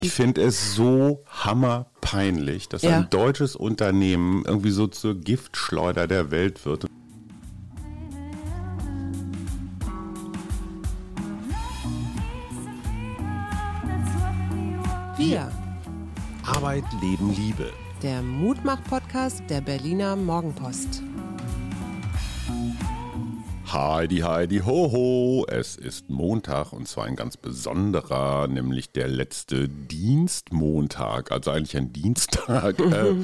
Ich finde es so hammerpeinlich, dass ein deutsches Unternehmen irgendwie so zur Giftschleuder der Welt wird. Wir. Arbeit, Leben, Liebe. Der Mutmach-Podcast der Berliner Morgenpost. Heidi, Heidi, ho, ho. Es ist Montag und zwar ein ganz besonderer, nämlich der letzte Dienstmontag, also eigentlich ein Dienstag.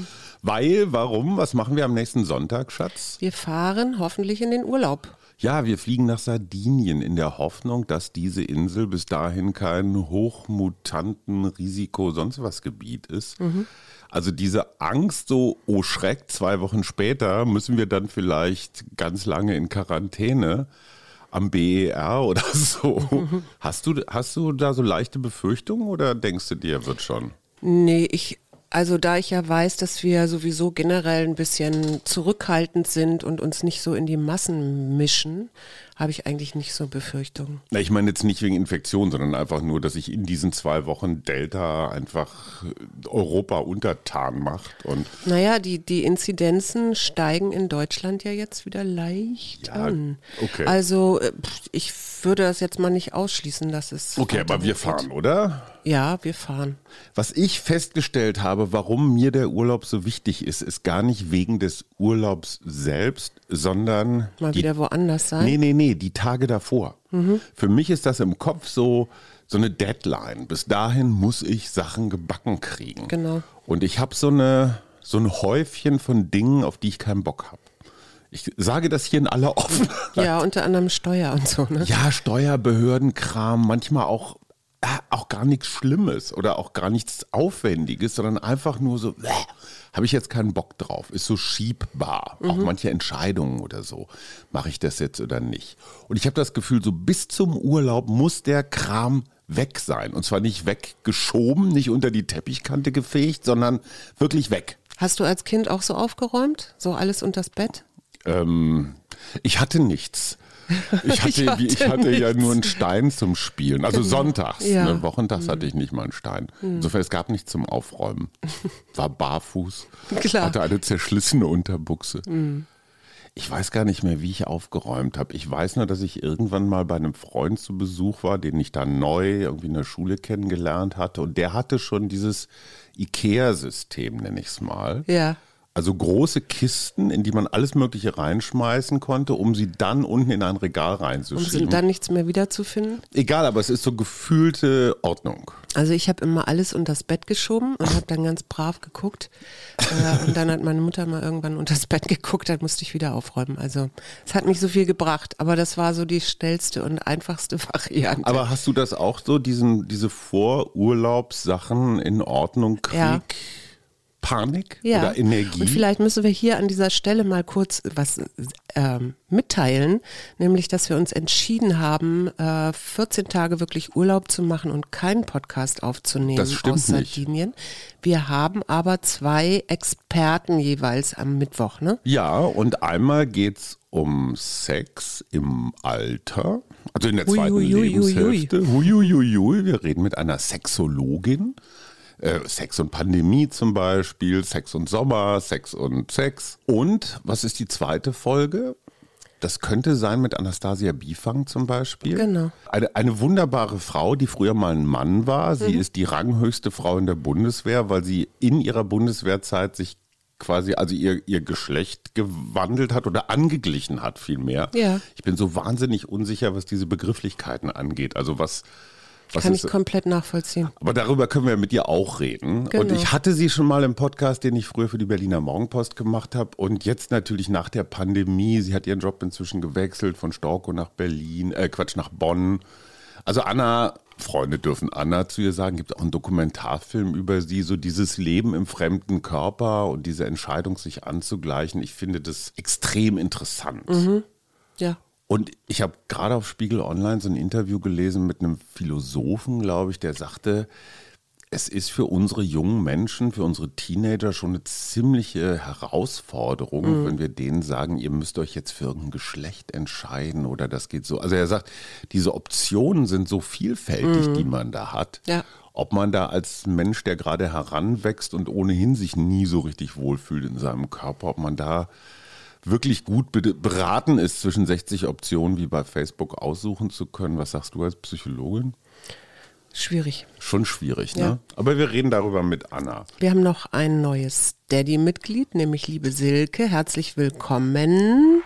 Warum? Was machen wir am nächsten Sonntag, Schatz? Wir fahren hoffentlich in den Urlaub. Ja, wir fliegen nach Sardinien in der Hoffnung, dass diese Insel bis dahin kein hochmutanten Risiko sonst was Gebiet ist. Also diese Angst, so, oh Schreck, 2 Wochen später müssen wir dann vielleicht ganz lange in Quarantäne am BER oder so. Hast du da so leichte Befürchtungen oder denkst du dir, wird schon? Nee, also da ich ja weiß, dass wir sowieso generell ein bisschen zurückhaltend sind und uns nicht so in die Massen mischen, habe ich eigentlich nicht so Befürchtungen. Na, ich meine jetzt nicht wegen Infektion, sondern einfach nur, dass sich in diesen 2 Wochen Delta einfach Europa untertan macht. Und naja, die Inzidenzen steigen in Deutschland ja jetzt wieder leicht an. Okay. Also ich würde das jetzt mal nicht ausschließen, dass es... Okay, aber wir fahren, oder? Ja, wir fahren. Was ich festgestellt habe, warum mir der Urlaub so wichtig ist, ist gar nicht wegen des Urlaubs selbst, sondern... Mal wieder woanders sein? Nee, die Tage davor. Für mich ist das im Kopf so eine Deadline. Bis dahin muss ich Sachen gebacken kriegen. Genau. Und ich habe so ein Häufchen von Dingen, auf die ich keinen Bock habe. Ich sage das hier in aller Offenheit. Ja, unter anderem Steuer und so, ne? Ja, Steuerbehördenkram, manchmal auch gar nichts Schlimmes oder auch gar nichts Aufwendiges, sondern einfach nur so, habe ich jetzt keinen Bock drauf, ist so schiebbar. Auch manche Entscheidungen oder so, mache ich das jetzt oder nicht. Und ich habe das Gefühl, so bis zum Urlaub muss der Kram weg sein. Und zwar nicht weggeschoben, nicht unter die Teppichkante gefegt, sondern wirklich weg. Hast du als Kind auch so aufgeräumt? So alles unters Bett? Ich hatte nichts. Ich hatte ja nur einen Stein zum Spielen, also sonntags, Ja. ne? Wochentags hatte ich nicht mal einen Stein. Insofern, es gab nichts zum Aufräumen. War barfuß, Klar. hatte eine zerschlissene Unterbuchse. Ich weiß gar nicht mehr, wie ich aufgeräumt habe. Ich weiß nur, dass ich irgendwann mal bei einem Freund zu Besuch war, den ich da neu irgendwie in der Schule kennengelernt hatte. Und der hatte schon dieses IKEA-System, nenne ich es mal. Ja. Also große Kisten, in die man alles Mögliche reinschmeißen konnte, um sie dann unten in ein Regal reinzuschieben. Um dann nichts mehr wiederzufinden? Egal, aber es ist so gefühlte Ordnung. Also ich habe immer alles unters Bett geschoben und habe dann ganz brav geguckt. Und dann hat meine Mutter mal irgendwann unters Bett geguckt, dann musste ich wieder aufräumen. Also es hat nicht so viel gebracht, aber das war so die schnellste und einfachste Variante. Aber hast du das auch so, diese Vorurlaubssachen in Ordnung krieg? Ja. Panik Ja. oder Energie? Und vielleicht müssen wir hier an dieser Stelle mal kurz was mitteilen, nämlich, dass wir uns entschieden haben, 14 Tage wirklich Urlaub zu machen und keinen Podcast aufzunehmen Das stimmt aus Sardinien. Wir haben aber 2 Experten jeweils am Mittwoch, ne? Ja, und einmal geht's um Sex im Alter, also in der zweiten Lebenshälfte. Huiuiui. Wir reden mit einer Sexologin. Sex und Pandemie zum Beispiel, Sex und Sommer, Sex und Sex. Und was ist die zweite Folge? Das könnte sein mit Anastasia Bifang zum Beispiel. Genau. Eine wunderbare Frau, die früher mal ein Mann war. Sie ist die ranghöchste Frau in der Bundeswehr, weil sie in ihrer Bundeswehrzeit sich quasi, also ihr Geschlecht gewandelt hat oder angeglichen hat vielmehr. Ja. Ich bin so wahnsinnig unsicher, was diese Begrifflichkeiten angeht. Also was Kann ist, ich komplett nachvollziehen. aber darüber können wir mit ihr auch reden. Genau. Und ich hatte sie schon mal im Podcast, den ich früher für die Berliner Morgenpost gemacht habe. Und jetzt natürlich nach der Pandemie. Sie hat ihren Job inzwischen gewechselt von Storkow nach nach Bonn. Also Anna, Freunde dürfen Anna zu ihr sagen, gibt auch einen Dokumentarfilm über sie, so dieses Leben im fremden Körper und diese Entscheidung, sich anzugleichen. Ich finde das extrem interessant. Ja. Und ich habe gerade auf Spiegel Online so ein Interview gelesen mit einem Philosophen, glaube ich, der sagte, es ist für unsere jungen Menschen, für unsere Teenager schon eine ziemliche Herausforderung, wenn wir denen sagen, ihr müsst euch jetzt für irgendein Geschlecht entscheiden oder das geht so. Also er sagt, diese Optionen sind so vielfältig, die man da hat. Ja. ob man da als Mensch, der gerade heranwächst und ohnehin sich nie so richtig wohlfühlt in seinem Körper, ob man da wirklich gut beraten ist, zwischen 60 Optionen wie bei Facebook aussuchen zu können. Was sagst du als Psychologin? Schwierig. Schon schwierig, ne? Ja. Aber wir reden darüber mit Anna. Wir haben noch ein neues Steady-Mitglied, nämlich liebe Silke. Herzlich willkommen.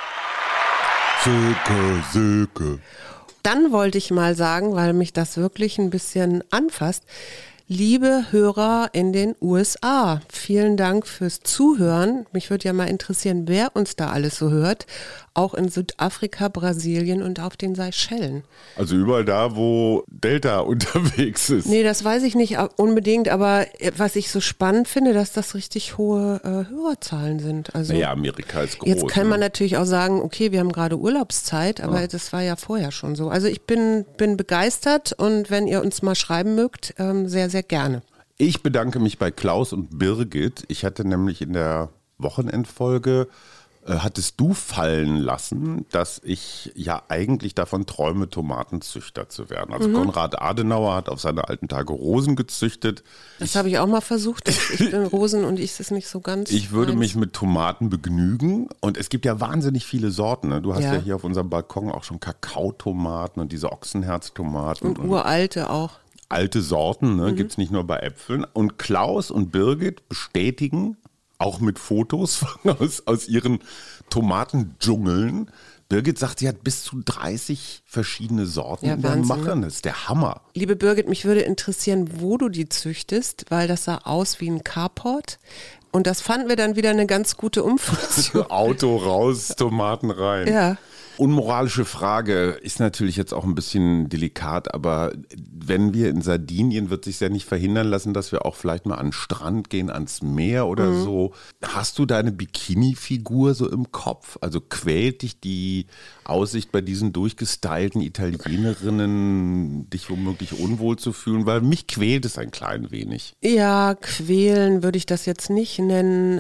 Silke. Dann wollte ich mal sagen, weil mich das wirklich ein bisschen anfasst, liebe Hörer in den USA, vielen Dank fürs Zuhören. Mich würde ja mal interessieren, wer uns da alles so hört, auch in Südafrika, Brasilien und auf den Seychellen. Also überall da, wo Delta unterwegs ist. Nee, das weiß ich nicht unbedingt, aber was ich so spannend finde, dass das richtig hohe Hörerzahlen sind. Also Naja, Amerika ist groß. jetzt kann man ne? natürlich auch sagen, okay, wir haben gerade Urlaubszeit, aber das war ja vorher schon so. Also ich bin begeistert und wenn ihr uns mal schreiben mögt, sehr, sehr gerne. Ich bedanke mich bei Klaus und Birgit. Ich hatte nämlich in der Wochenendfolge, hattest du fallen lassen, dass ich ja eigentlich davon träume, Tomatenzüchter zu werden. Also Konrad Adenauer hat auf seine alten Tage Rosen gezüchtet. Das habe ich auch mal versucht. Ich bin Rosen und ich ist nicht so ganz. Ich würde meins. mich mit Tomaten begnügen und es gibt ja wahnsinnig viele Sorten. Ne? Du hast ja hier auf unserem Balkon auch schon Kakaotomaten und diese Ochsenherztomaten. Und uralte auch. Alte Sorten, ne? Gibt es nicht nur bei Äpfeln. Und Klaus und Birgit bestätigen, auch mit Fotos aus ihren Tomatendschungeln. Birgit sagt, sie hat bis zu 30 verschiedene Sorten in der Wahnsinn, Mache. Das ist der Hammer. Liebe Birgit, mich würde interessieren, wo du die züchtest, weil das sah aus wie ein Carport. Und das fanden wir dann wieder eine ganz gute Umfunktion. Auto raus, Tomaten rein. Ja. Unmoralische Frage, ist natürlich jetzt auch ein bisschen delikat, aber wenn wir in Sardinien, wird sich ja nicht verhindern lassen, dass wir auch vielleicht mal an den Strand gehen, ans Meer oder so. Hast du deine Bikini-Figur so im Kopf? Also quält dich die Aussicht bei diesen durchgestylten Italienerinnen, dich womöglich unwohl zu fühlen? Weil mich quält es ein klein wenig. Ja, quälen würde ich das jetzt nicht nennen.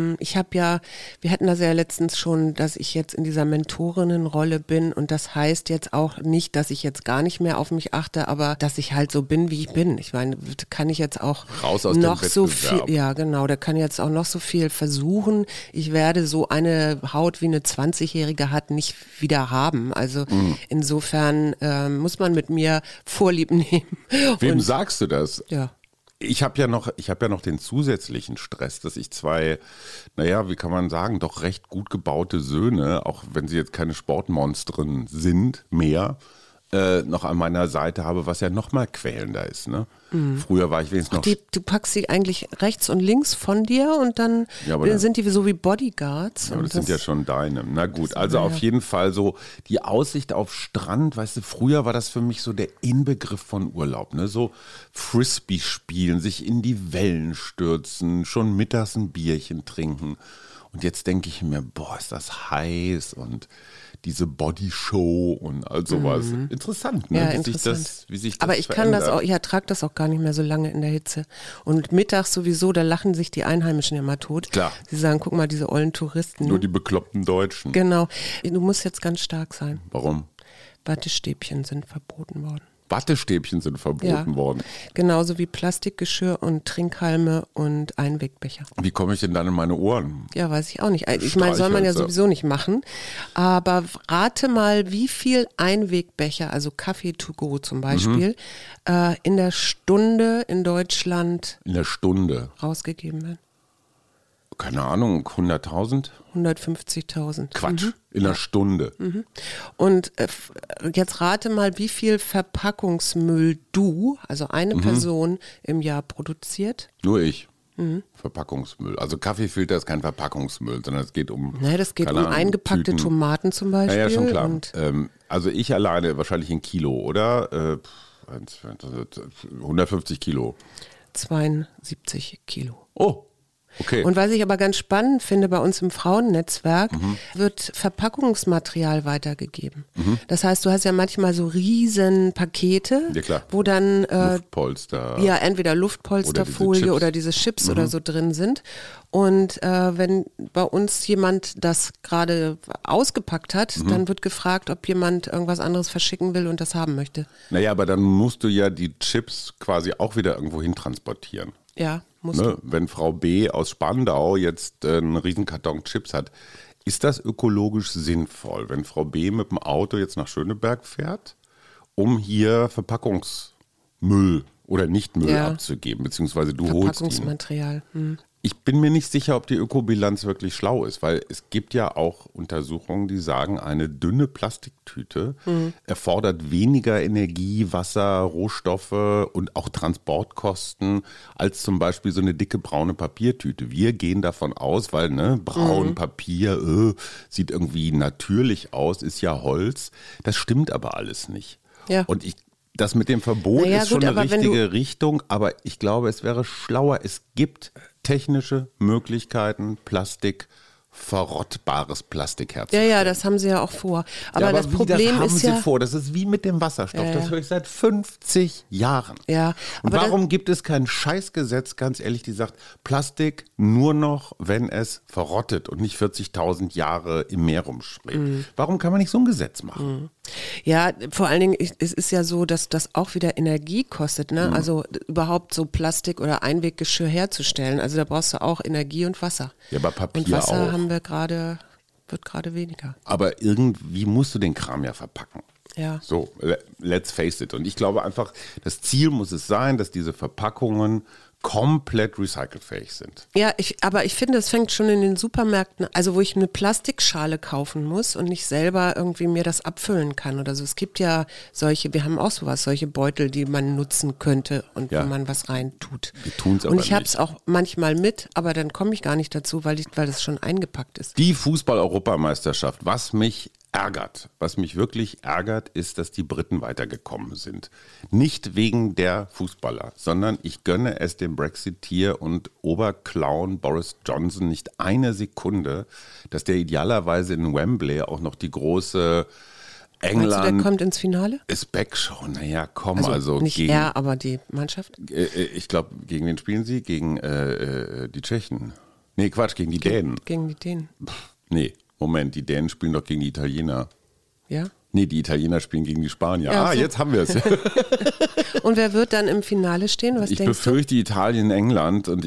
Wir hatten das ja letztens schon, dass ich jetzt in dieser Mentorinnenrolle bin und das heißt jetzt auch nicht, dass ich jetzt gar nicht mehr auf mich achte, aber dass ich halt so bin, wie ich bin. Ich meine, kann ich jetzt auch Raus aus noch dem so Wettbewerb. viel, ja genau, da kann jetzt auch noch so viel versuchen. Ich werde so eine Haut wie eine 20-Jährige hat nicht wieder haben. Also insofern muss man mit mir Vorlieb nehmen. Wem Und, sagst du das? ja. Ich habe ja noch den zusätzlichen Stress, dass ich zwei, naja, wie kann man sagen, doch recht gut gebaute Söhne, auch wenn sie jetzt keine Sportmonstren sind, mehr, noch an meiner Seite habe, was ja noch mal quälender ist. Ne? Früher war ich wenigstens noch... Du packst sie eigentlich rechts und links von dir und dann Ja, aber sind die so wie Bodyguards. Ja, aber und das sind ja schon deine. Na gut, also auf jeden Fall so die Aussicht auf Strand, weißt du, früher war das für mich so der Inbegriff von Urlaub, ne? So Frisbee spielen, sich in die Wellen stürzen, schon mittags ein Bierchen trinken. Und jetzt denke ich mir, boah, ist das heiß und diese Bodyshow und all sowas. Interessant, ne? Ja, wie interessant. Sich das Aber ich verändert. kann das auch, ich ertrage das auch gar nicht mehr so lange in der Hitze. Und mittags sowieso, da lachen sich die Einheimischen immer tot. Klar. Sie sagen, guck mal, diese ollen Touristen. Nur die bekloppten Deutschen. Genau. Du musst jetzt ganz stark sein. Warum? Wattestäbchen sind verboten worden. Wattestäbchen sind verboten worden. Genauso wie Plastikgeschirr und Trinkhalme und Einwegbecher. Wie komme ich denn dann in meine Ohren? Ja, weiß ich auch nicht. Ich meine, soll man ja Streichhölzer. sowieso nicht machen. Aber rate mal, wie viel Einwegbecher, also Kaffee to go zum Beispiel, in der Stunde in Deutschland In der Stunde. rausgegeben werden. Keine Ahnung, 100.000? 150.000. Quatsch, in der Stunde. Und jetzt rate mal, wie viel Verpackungsmüll du, also eine Person, im Jahr produziert. Nur ich. Verpackungsmüll. Also Kaffeefilter ist kein Verpackungsmüll, sondern es geht um... Ne, das geht keine um Ahnung, eingepackte Tüten. Tomaten zum Beispiel. Ja, schon klar. Und Also ich alleine wahrscheinlich ein Kilo, oder? 150 Kilo. 72 Kilo. Oh, Okay. Und was ich aber ganz spannend finde, bei uns im Frauennetzwerk wird Verpackungsmaterial weitergegeben. Das heißt, du hast ja manchmal so riesen Pakete, Ja, klar. wo dann Luftpolster. ja entweder Luftpolsterfolie oder diese Chips oder so drin sind. Und wenn bei uns jemand das gerade ausgepackt hat, dann wird gefragt, ob jemand irgendwas anderes verschicken will und das haben möchte. Naja, aber dann musst du ja die Chips quasi auch wieder irgendwo hin transportieren. Ja, muss Ne? Wenn Frau B aus Spandau jetzt einen riesen Karton Chips hat, ist das ökologisch sinnvoll, wenn Frau B mit dem Auto jetzt nach Schöneberg fährt, um hier Verpackungsmüll oder Nichtmüll abzugeben, beziehungsweise du holst ihn? Verpackungsmaterial. Ich bin mir nicht sicher, ob die Ökobilanz wirklich schlau ist, weil es gibt ja auch Untersuchungen, die sagen, eine dünne Plastiktüte erfordert weniger Energie, Wasser, Rohstoffe und auch Transportkosten als zum Beispiel so eine dicke braune Papiertüte. Wir gehen davon aus, weil braun Papier sieht irgendwie natürlich aus, ist ja Holz. Das stimmt aber alles nicht. Ja. Und das mit dem Verbot ist schon eine richtige Richtung, aber ich glaube, es wäre schlauer. Es gibt technische Möglichkeiten, verrottbares Plastik herzustellen. Ja, das haben sie ja auch vor. Aber das das Problem haben ist sie ja vor. Das ist wie mit dem Wasserstoff. Das höre ich seit 50 Jahren. Ja, Und aber warum gibt es kein Scheißgesetz, ganz ehrlich, die sagt, Plastik nur noch, wenn es verrottet und nicht 40.000 Jahre im Meer rumschwebt? Warum kann man nicht so ein Gesetz machen? Ja, vor allen Dingen, es ist ja so, dass das auch wieder Energie kostet, ne? Also überhaupt so Plastik oder Einweggeschirr herzustellen. Also da brauchst du auch Energie und Wasser. Ja, aber Papier und Wasser auch. Wird gerade weniger. Aber irgendwie musst du den Kram ja verpacken. Ja. So, let's face it. Und ich glaube einfach, das Ziel muss es sein, dass diese Verpackungen komplett recycelfähig sind. Ja, aber ich finde, es fängt schon in den Supermärkten, also wo ich eine Plastikschale kaufen muss und nicht selber irgendwie mir das abfüllen kann oder so. Es gibt ja wir haben auch sowas, solche Beutel, die man nutzen könnte und wo man was rein tut. Wir tun's aber und ich habe nicht. es auch manchmal mit, aber dann komme ich gar nicht dazu, weil das schon eingepackt ist. Die Fußball-Europameisterschaft, was mich wirklich ärgert, ist, dass die Briten weitergekommen sind. Nicht wegen der Fußballer, sondern ich gönne es dem Brexiteer und Oberclown Boris Johnson nicht eine Sekunde, dass der idealerweise in Wembley auch noch die große Meinst du, der England kommt ins Finale? ist back Show. Naja, komm, also nicht gegen, er, aber die Mannschaft? ich glaube, gegen wen spielen sie? Gegen die Tschechen. Nee, Quatsch, gegen die Dänen. Gegen die Dänen. Nee, Moment, die Dänen spielen doch gegen die Italiener. Ja. Nee, die Italiener spielen gegen die Spanier. Ja, so. Jetzt haben wir es. Und wer wird dann im Finale stehen? Was Ich denkst befürchte Italien, England und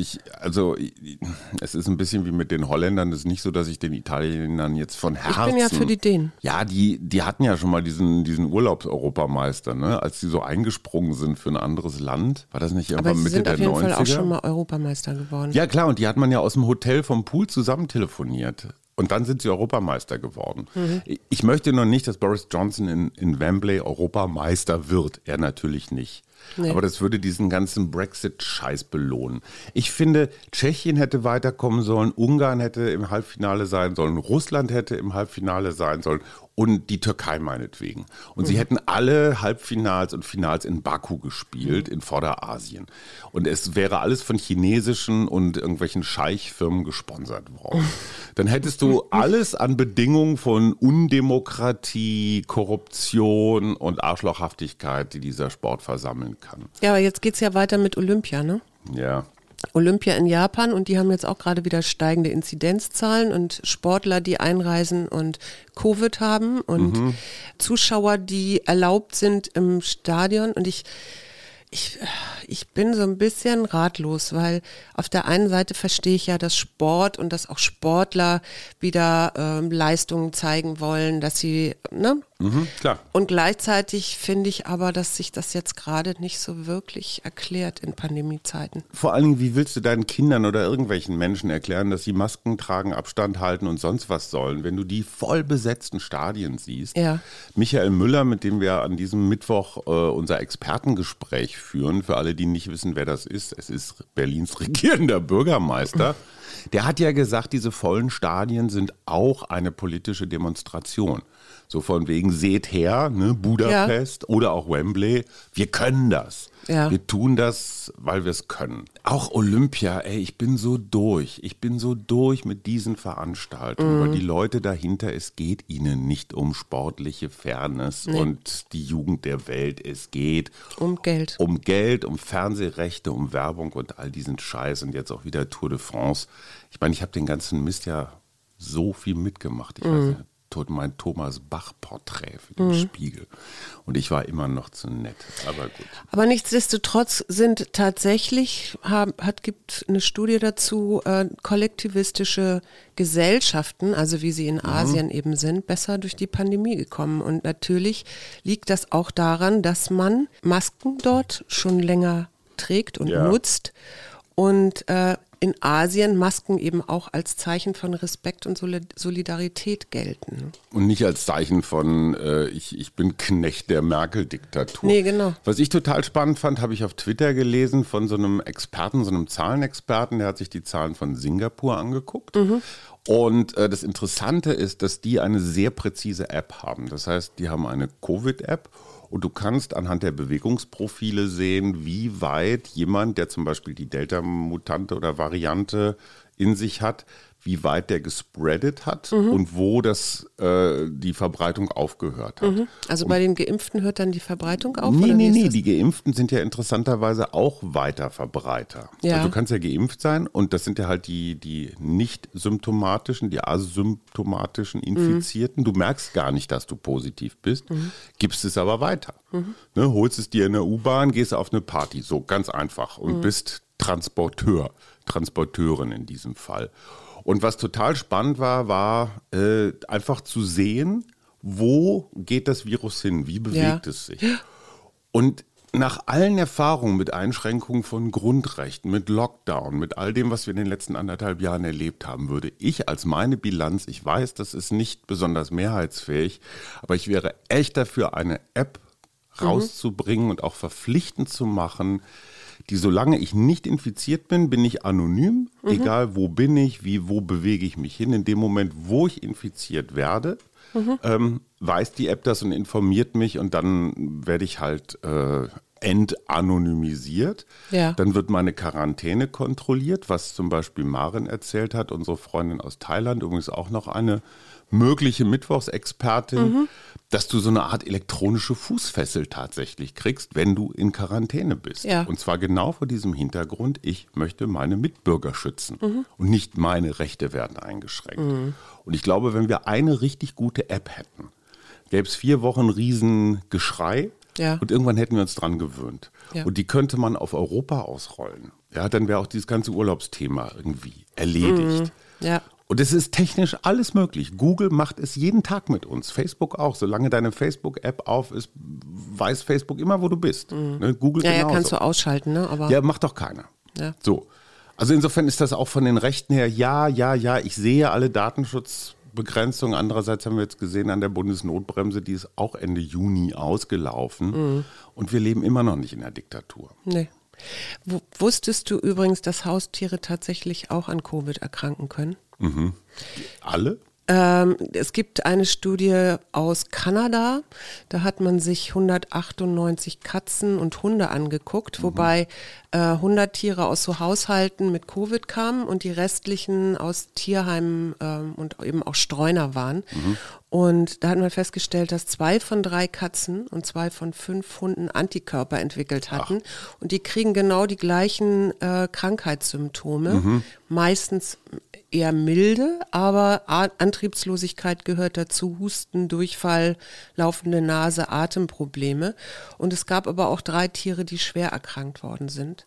es ist ein bisschen wie mit den Holländern. Es ist nicht so, dass ich den Italienern jetzt von Herzen... Ich bin ja für die Dänen. Ja, die hatten ja schon mal diesen Urlaubseuropameister, ne? Als die so eingesprungen sind für ein anderes Land. War das nicht du? Aber irgendwann sie Mitte sind der auf jeden 90er? Fall auch schon mal Europameister geworden. Ja klar, und die hat man ja aus dem Hotel vom Pool zusammen telefoniert. Und dann sind sie Europameister geworden. Ich möchte noch nicht, dass Boris Johnson in Wembley Europameister wird. Er natürlich nicht. Nee. Aber das würde diesen ganzen Brexit-Scheiß belohnen. Ich finde, Tschechien hätte weiterkommen sollen, Ungarn hätte im Halbfinale sein sollen, Russland hätte im Halbfinale sein sollen und die Türkei meinetwegen. Und sie hätten alle Halbfinals und Finals in Baku gespielt, in Vorderasien. Und es wäre alles von chinesischen und irgendwelchen Scheichfirmen gesponsert worden. Dann hättest du alles an Bedingungen von Undemokratie, Korruption und Arschlochhaftigkeit, die dieser Sport versammeln kann. Ja, aber jetzt geht es ja weiter mit Olympia, ne? Ja. Olympia in Japan und die haben jetzt auch gerade wieder steigende Inzidenzzahlen und Sportler, die einreisen und Covid haben und Zuschauer, die erlaubt sind im Stadion und ich bin so ein bisschen ratlos, weil auf der einen Seite verstehe ich ja, dass Sport und dass auch Sportler wieder Leistungen zeigen wollen, dass sie, ne? Klar. Und gleichzeitig finde ich aber, dass sich das jetzt gerade nicht so wirklich erklärt in Pandemiezeiten. Vor allen Dingen, wie willst du deinen Kindern oder irgendwelchen Menschen erklären, dass sie Masken tragen, Abstand halten und sonst was sollen, wenn du die voll besetzten Stadien siehst? Ja. Michael Müller, mit dem wir an diesem Mittwoch unser Expertengespräch führen, für alle, die nicht wissen, wer das ist, es ist Berlins regierender Bürgermeister. Der hat ja gesagt, diese vollen Stadien sind auch eine politische Demonstration. So von wegen, seht her, ne, Budapest oder auch Wembley, wir können das. Ja. Wir tun das, weil wir es können. Auch Olympia, ey, ich bin so durch. Ich bin so durch mit diesen Veranstaltungen, weil die Leute dahinter, es geht ihnen nicht um sportliche Fairness und die Jugend der Welt. Es geht um Geld. Um Geld, um Fernsehrechte, um Werbung und all diesen Scheiß und jetzt auch wieder Tour de France. Ich meine, ich habe den ganzen Mist ja so viel mitgemacht. Ich weiß nicht, mein Thomas Bach-Porträt für den Spiegel. Und ich war immer noch zu nett, aber gut. Aber nichtsdestotrotz sind tatsächlich, gibt eine Studie dazu, kollektivistische Gesellschaften, also wie sie in Asien eben sind, besser durch die Pandemie gekommen. Und natürlich liegt das auch daran, dass man Masken dort schon länger trägt und nutzt und in Asien Masken eben auch als Zeichen von Respekt und Solidarität gelten. Und nicht als Zeichen von, ich bin Knecht der Merkel-Diktatur. Nee, genau. Was ich total spannend fand, habe ich auf Twitter gelesen von so einem Experten, so einem Zahlenexperten, der hat sich die Zahlen von Singapur angeguckt. Und das Interessante ist, dass die eine sehr präzise App haben. Das heißt, die haben eine Covid-App. Und du kannst anhand der Bewegungsprofile sehen, wie weit jemand, der zum Beispiel die Delta-Mutante oder Variante in sich hat, wie weit der gespreadet hat und wo die Verbreitung aufgehört hat. Also bei den Geimpften hört dann die Verbreitung auf? Nee, die Geimpften sind ja interessanterweise auch weiter Verbreiter. Ja. Also du kannst ja geimpft sein und das sind ja halt die nicht symptomatischen, die asymptomatischen Infizierten. Du merkst gar nicht, dass du positiv bist, gibst es aber weiter. Ne, holst es dir in der U-Bahn, gehst auf eine Party, so ganz einfach und bist Transporteurin in diesem Fall. Und was total spannend war einfach zu sehen, wo geht das Virus hin, wie bewegt es sich. Und nach allen Erfahrungen mit Einschränkungen von Grundrechten, mit Lockdown, mit all dem, was wir in den letzten 1,5 Jahren erlebt haben, würde ich als meine Bilanz, ich weiß, das ist nicht besonders mehrheitsfähig, aber ich wäre echt dafür, eine App rauszubringen und auch verpflichtend zu machen, die, solange ich nicht infiziert bin, bin ich anonym, egal wo bin ich, wo bewege ich mich hin. In dem Moment, wo ich infiziert werde, weiß die App das und informiert mich und dann werde ich halt entanonymisiert. Ja. Dann wird meine Quarantäne kontrolliert, was zum Beispiel Maren erzählt hat, unsere Freundin aus Thailand, übrigens auch noch eine mögliche Mittwochsexpertin, dass du so eine Art elektronische Fußfessel tatsächlich kriegst, wenn du in Quarantäne bist. Ja. Und zwar genau vor diesem Hintergrund, ich möchte meine Mitbürger schützen und nicht meine Rechte werden eingeschränkt. Und ich glaube, wenn wir eine richtig gute App hätten, gäbe es 4 Wochen Riesengeschrei und irgendwann hätten wir uns dran gewöhnt. Ja. Und die könnte man auf Europa ausrollen. Ja, dann wäre auch dieses ganze Urlaubsthema irgendwie erledigt. Ja. Und es ist technisch alles möglich. Google macht es jeden Tag mit uns. Facebook auch. Solange deine Facebook-App auf ist, weiß Facebook immer, wo du bist. Ne? Google genauso. Ja, kannst du ausschalten, ne? Aber ja, macht doch keiner. Ja. So. Also insofern ist das auch von den Rechten her, ja, ich sehe alle Datenschutzbegrenzungen. Andererseits haben wir jetzt gesehen an der Bundesnotbremse, die ist auch Ende Juni ausgelaufen. Und wir leben immer noch nicht in der Diktatur. Nee. Wusstest du übrigens, dass Haustiere tatsächlich auch an Covid erkranken können? Alle? Es gibt eine Studie aus Kanada, da hat man sich 198 Katzen und Hunde angeguckt, wobei 100 Tiere aus so Haushalten mit Covid kamen und die restlichen aus Tierheimen und eben auch Streuner waren. Und da hat man festgestellt, dass 2 von 3 Katzen und 2 von 5 Hunden Antikörper entwickelt hatten. Und die kriegen genau die gleichen Krankheitssymptome, meistens eher milde, aber Antriebslosigkeit gehört dazu, Husten, Durchfall, laufende Nase, Atemprobleme. Und es gab aber auch 3 Tiere, die schwer erkrankt sind.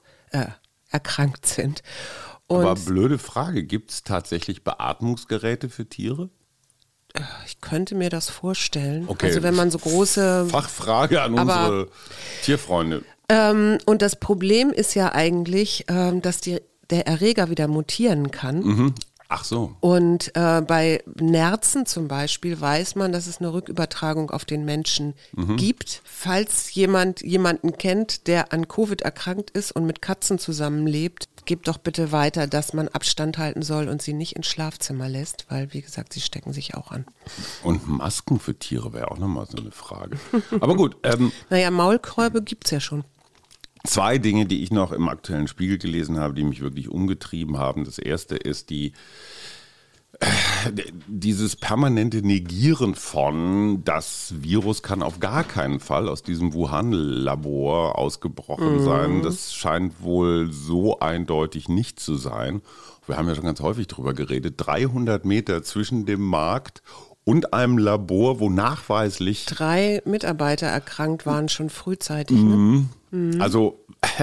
Und aber blöde Frage, gibt es tatsächlich Beatmungsgeräte für Tiere? Ich könnte mir das vorstellen. Okay. Also wenn man so große... Fachfrage an unsere Tierfreunde. Und das Problem ist ja eigentlich, dass der Erreger wieder mutieren kann. Ach so. Und bei Nerzen zum Beispiel weiß man, dass es eine Rückübertragung auf den Menschen gibt. Falls jemanden kennt, der an Covid erkrankt ist und mit Katzen zusammenlebt, gebt doch bitte weiter, dass man Abstand halten soll und sie nicht ins Schlafzimmer lässt, weil, wie gesagt, sie stecken sich auch an. Und Masken für Tiere wäre auch nochmal so eine Frage. Aber gut. Naja, Maulkräuber gibt es ja schon. 2 Dinge, die ich noch im aktuellen Spiegel gelesen habe, die mich wirklich umgetrieben haben. Das erste ist dieses permanente Negieren von, das Virus kann auf gar keinen Fall aus diesem Wuhan-Labor ausgebrochen sein. Das scheint wohl so eindeutig nicht zu sein. Wir haben ja schon ganz häufig drüber geredet. 300 Meter zwischen dem Markt und einem Labor, wo nachweislich 3 Mitarbeiter erkrankt waren schon frühzeitig. Ne? Also,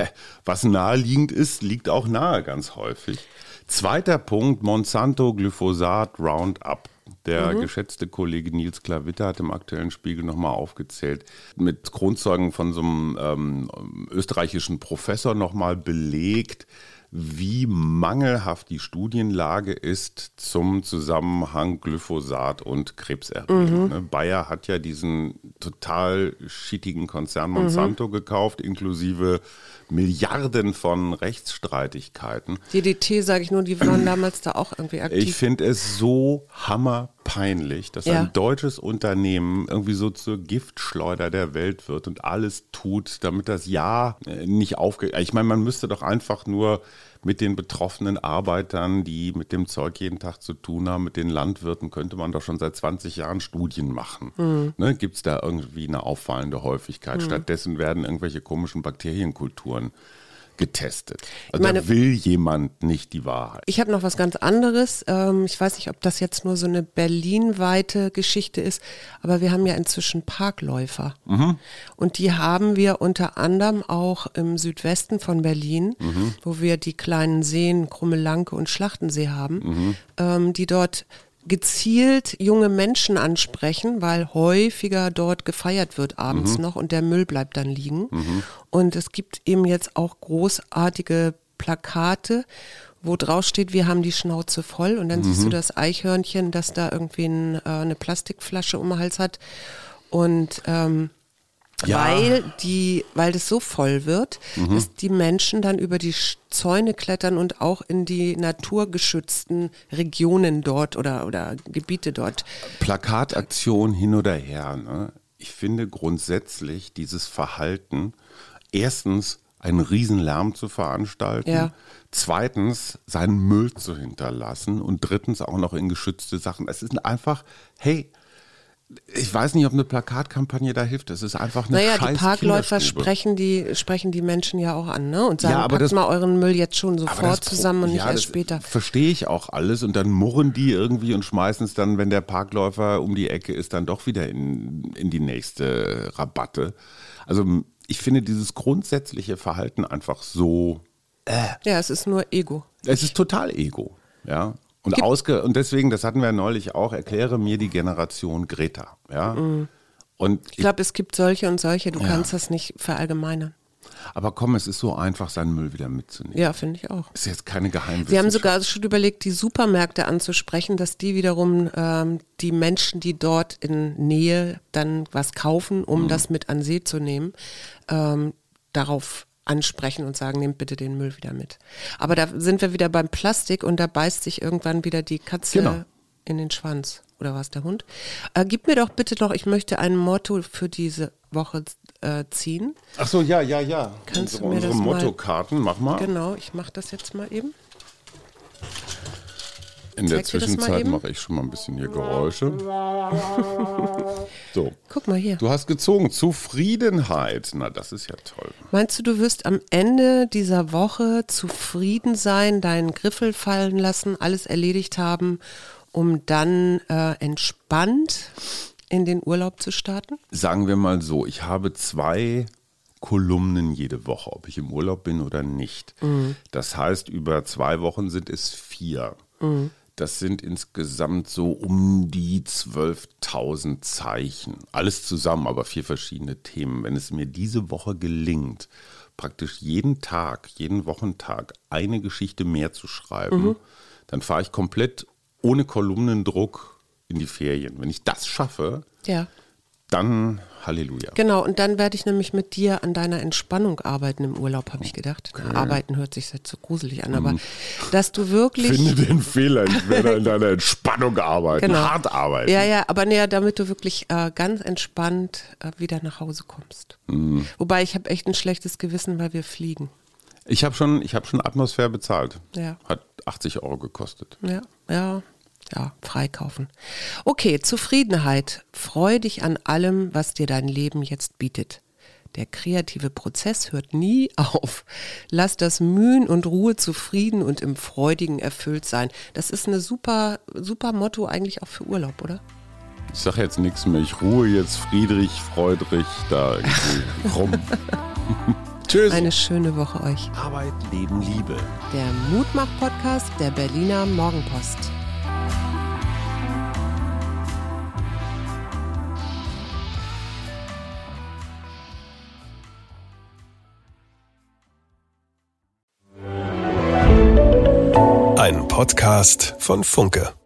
was naheliegend ist, liegt auch nahe ganz häufig. Zweiter Punkt, Monsanto, Glyphosat, Roundup. Der geschätzte Kollege Nils Klavitter hat im aktuellen Spiegel nochmal aufgezählt, mit Kronzeugen von so einem österreichischen Professor nochmal belegt, wie mangelhaft die Studienlage ist zum Zusammenhang Glyphosat und Krebserregung. Bayer hat ja diesen total schittigen Konzern Monsanto gekauft, inklusive Milliarden von Rechtsstreitigkeiten. DDT, sage ich nur, die waren damals da auch irgendwie aktiv. Ich finde es so hammerpeinlich, dass ein deutsches Unternehmen irgendwie so zur Giftschleuder der Welt wird und alles tut, damit das nicht aufgeht. Ich meine, man müsste doch einfach nur mit den betroffenen Arbeitern, die mit dem Zeug jeden Tag zu tun haben, mit den Landwirten, könnte man doch schon seit 20 Jahren Studien machen. Ne, gibt es da irgendwie eine auffallende Häufigkeit? Stattdessen werden irgendwelche komischen Bakterienkulturen getestet. Also da will jemand nicht die Wahrheit. Ich habe noch was ganz anderes. Ich weiß nicht, ob das jetzt nur so eine berlinweite Geschichte ist, aber wir haben ja inzwischen Parkläufer. Und die haben wir unter anderem auch im Südwesten von Berlin, wo wir die kleinen Seen Krummelanke und Schlachtensee haben, die dort gezielt junge Menschen ansprechen, weil häufiger dort gefeiert wird abends noch und der Müll bleibt dann liegen. Und es gibt eben jetzt auch großartige Plakate, wo drauf steht, wir haben die Schnauze voll, und dann siehst du das Eichhörnchen, das da irgendwie eine Plastikflasche um den Hals hat, und weil das so voll wird, dass die Menschen dann über die Zäune klettern und auch in die naturgeschützten Regionen dort oder Gebiete dort. Plakataktion hin oder her. Ne? Ich finde grundsätzlich dieses Verhalten, erstens einen Riesenlärm zu veranstalten, zweitens seinen Müll zu hinterlassen und drittens auch noch in geschützte Sachen. Es ist einfach, hey, ich weiß nicht, ob eine Plakatkampagne da hilft. Es ist einfach eine scheiß die Parkläufer Kinderstube. sprechen die Menschen ja auch an, ne? Und sagen, packt mal euren Müll jetzt schon sofort zusammen und nicht erst später. Verstehe ich auch alles, und dann murren die irgendwie und schmeißen es dann, wenn der Parkläufer um die Ecke ist, dann doch wieder in die nächste Rabatte. Also ich finde dieses grundsätzliche Verhalten einfach so. Ja, es ist nur Ego. Es ist total Ego, ja. Und deswegen, das hatten wir neulich auch, erkläre mir die Generation Greta. Ja? Und ich glaube, es gibt solche und solche, du kannst das nicht verallgemeinern. Aber komm, es ist so einfach, seinen Müll wieder mitzunehmen. Ja, finde ich auch. Ist jetzt keine Geheimwissenschaft. Sie haben sogar schon überlegt, die Supermärkte anzusprechen, dass die wiederum die Menschen, die dort in Nähe dann was kaufen, um das mit an See zu nehmen, darauf ansprechen und sagen, nehmt bitte den Müll wieder mit. Aber da sind wir wieder beim Plastik, und da beißt sich irgendwann wieder die Katze in den Schwanz. Oder war es der Hund? Gib mir doch bitte noch, ich möchte ein Motto für diese Woche ziehen. Ach so, ja. Kannst du mir das unsere Mottokarten, mach mal. Genau, ich mache das jetzt mal eben. In der Zwischenzeit mache ich schon mal ein bisschen hier Geräusche. So. Guck mal hier. Du hast gezogen. Zufriedenheit. Na, das ist ja toll. Meinst du wirst am Ende dieser Woche zufrieden sein, deinen Griffel fallen lassen, alles erledigt haben, um dann entspannt in den Urlaub zu starten? Sagen wir mal so, ich habe 2 Kolumnen jede Woche, ob ich im Urlaub bin oder nicht. Das heißt, über 2 Wochen sind es 4. Das sind insgesamt so um die 12.000 Zeichen. Alles zusammen, aber 4 verschiedene Themen. Wenn es mir diese Woche gelingt, praktisch jeden Tag, jeden Wochentag eine Geschichte mehr zu schreiben, dann fahre ich komplett ohne Kolumnendruck in die Ferien. Wenn ich das schaffe, Dann Halleluja. Genau, und dann werde ich nämlich mit dir an deiner Entspannung arbeiten im Urlaub, habe ich gedacht. Okay. Arbeiten hört sich jetzt so gruselig an, aber dass du wirklich... Finde den Fehler, ich werde an deiner Entspannung arbeiten, genau. Hart arbeiten. Ja, aber damit du wirklich ganz entspannt wieder nach Hause kommst. Wobei, ich habe echt ein schlechtes Gewissen, weil wir fliegen. Ich habe schon Atmosphäre bezahlt. Ja. Hat 80 € gekostet. Ja, freikaufen. Okay, Zufriedenheit. Freu dich an allem, was dir dein Leben jetzt bietet. Der kreative Prozess hört nie auf. Lass das Mühen und Ruhe zufrieden und im Freudigen erfüllt sein. Das ist eine super Motto eigentlich auch für Urlaub, oder? Ich sage jetzt nichts mehr. Ich ruhe jetzt Friedrich, Freudrich da irgendwie rum. Tschüss. Eine schöne Woche euch. Arbeit, Leben, Liebe. Der Mutmach-Podcast der Berliner Morgenpost. Ein Podcast von Funke.